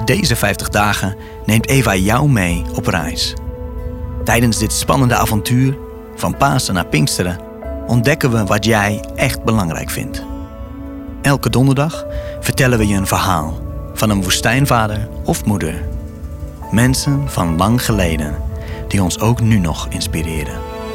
Deze 50 dagen neemt Eva jou mee op reis. Tijdens dit spannende avontuur, van Pasen naar Pinksteren, ontdekken we wat jij echt belangrijk vindt. Elke donderdag vertellen we je een verhaal van een woestijnvader of moeder. Mensen van lang geleden die ons ook nu nog inspireren.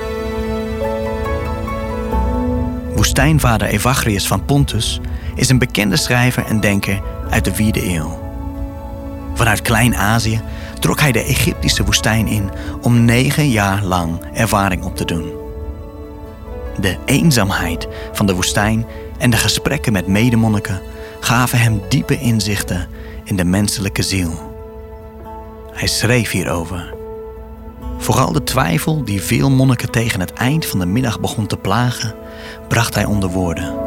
Woestijnvader Evagrius van Pontus is een bekende schrijver en denker uit de 4e eeuw. Vanuit Klein-Azië trok hij de Egyptische woestijn in om 9 jaar lang ervaring op te doen. De eenzaamheid van de woestijn en de gesprekken met medemonniken gaven hem diepe inzichten in de menselijke ziel. Hij schreef hierover. Vooral de twijfel die veel monniken tegen het eind van de middag begon te plagen, bracht hij onder woorden.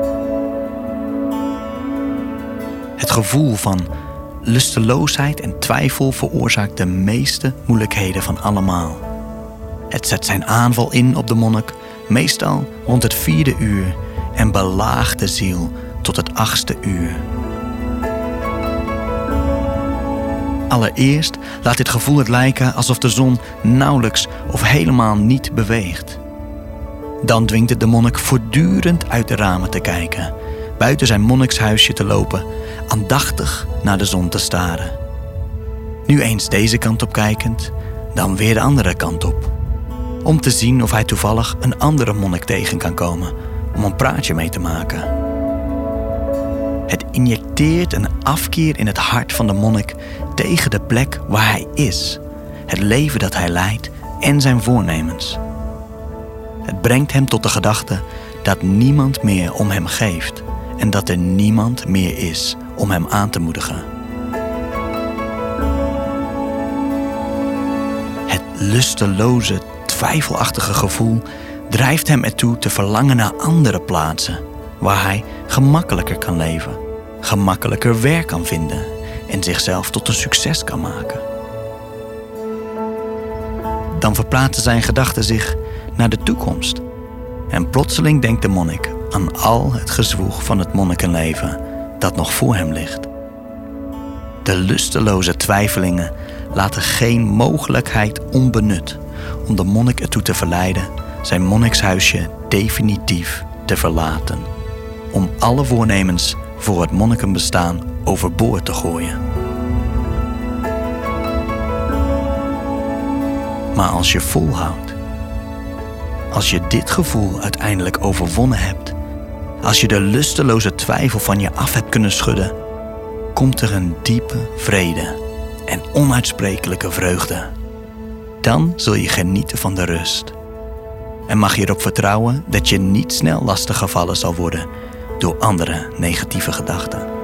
Het gevoel van lusteloosheid en twijfel veroorzaakt de meeste moeilijkheden van allemaal. Het zet zijn aanval in op de monnik, meestal rond het 4e uur, en belaagt de ziel tot het 8e uur. Allereerst laat dit gevoel het lijken alsof de zon nauwelijks of helemaal niet beweegt. Dan dwingt het de monnik voortdurend uit de ramen te kijken, buiten zijn monnikshuisje te lopen, aandachtig naar de zon te staren. Nu eens deze kant op kijkend, dan weer de andere kant op. Om te zien of hij toevallig een andere monnik tegen kan komen, om een praatje mee te maken. Het injecteert een afkeer in het hart van de monnik tegen de plek waar hij is, het leven dat hij leidt en zijn voornemens. Het brengt hem tot de gedachte dat niemand meer om hem geeft en dat er niemand meer is om hem aan te moedigen. Het lusteloze, twijfelachtige gevoel drijft hem ertoe te verlangen naar andere plaatsen waar hij gemakkelijker kan leven, gemakkelijker werk kan vinden en zichzelf tot een succes kan maken. Dan verplaatsen zijn gedachten zich naar de toekomst. En plotseling denkt de monnik aan al het gezwoeg van het monnikenleven dat nog voor hem ligt. De lusteloze twijfelingen laten geen mogelijkheid onbenut om de monnik ertoe te verleiden zijn monnikshuisje definitief te verlaten. Om alle voornemens voor het monnikenbestaan overboord te gooien. Maar als je volhoudt, als je dit gevoel uiteindelijk overwonnen hebt, als je de lusteloze twijfel van je af hebt kunnen schudden, komt er een diepe vrede en onuitsprekelijke vreugde. Dan zul je genieten van de rust. En mag je erop vertrouwen dat je niet snel lastiggevallen zal worden door andere negatieve gedachten.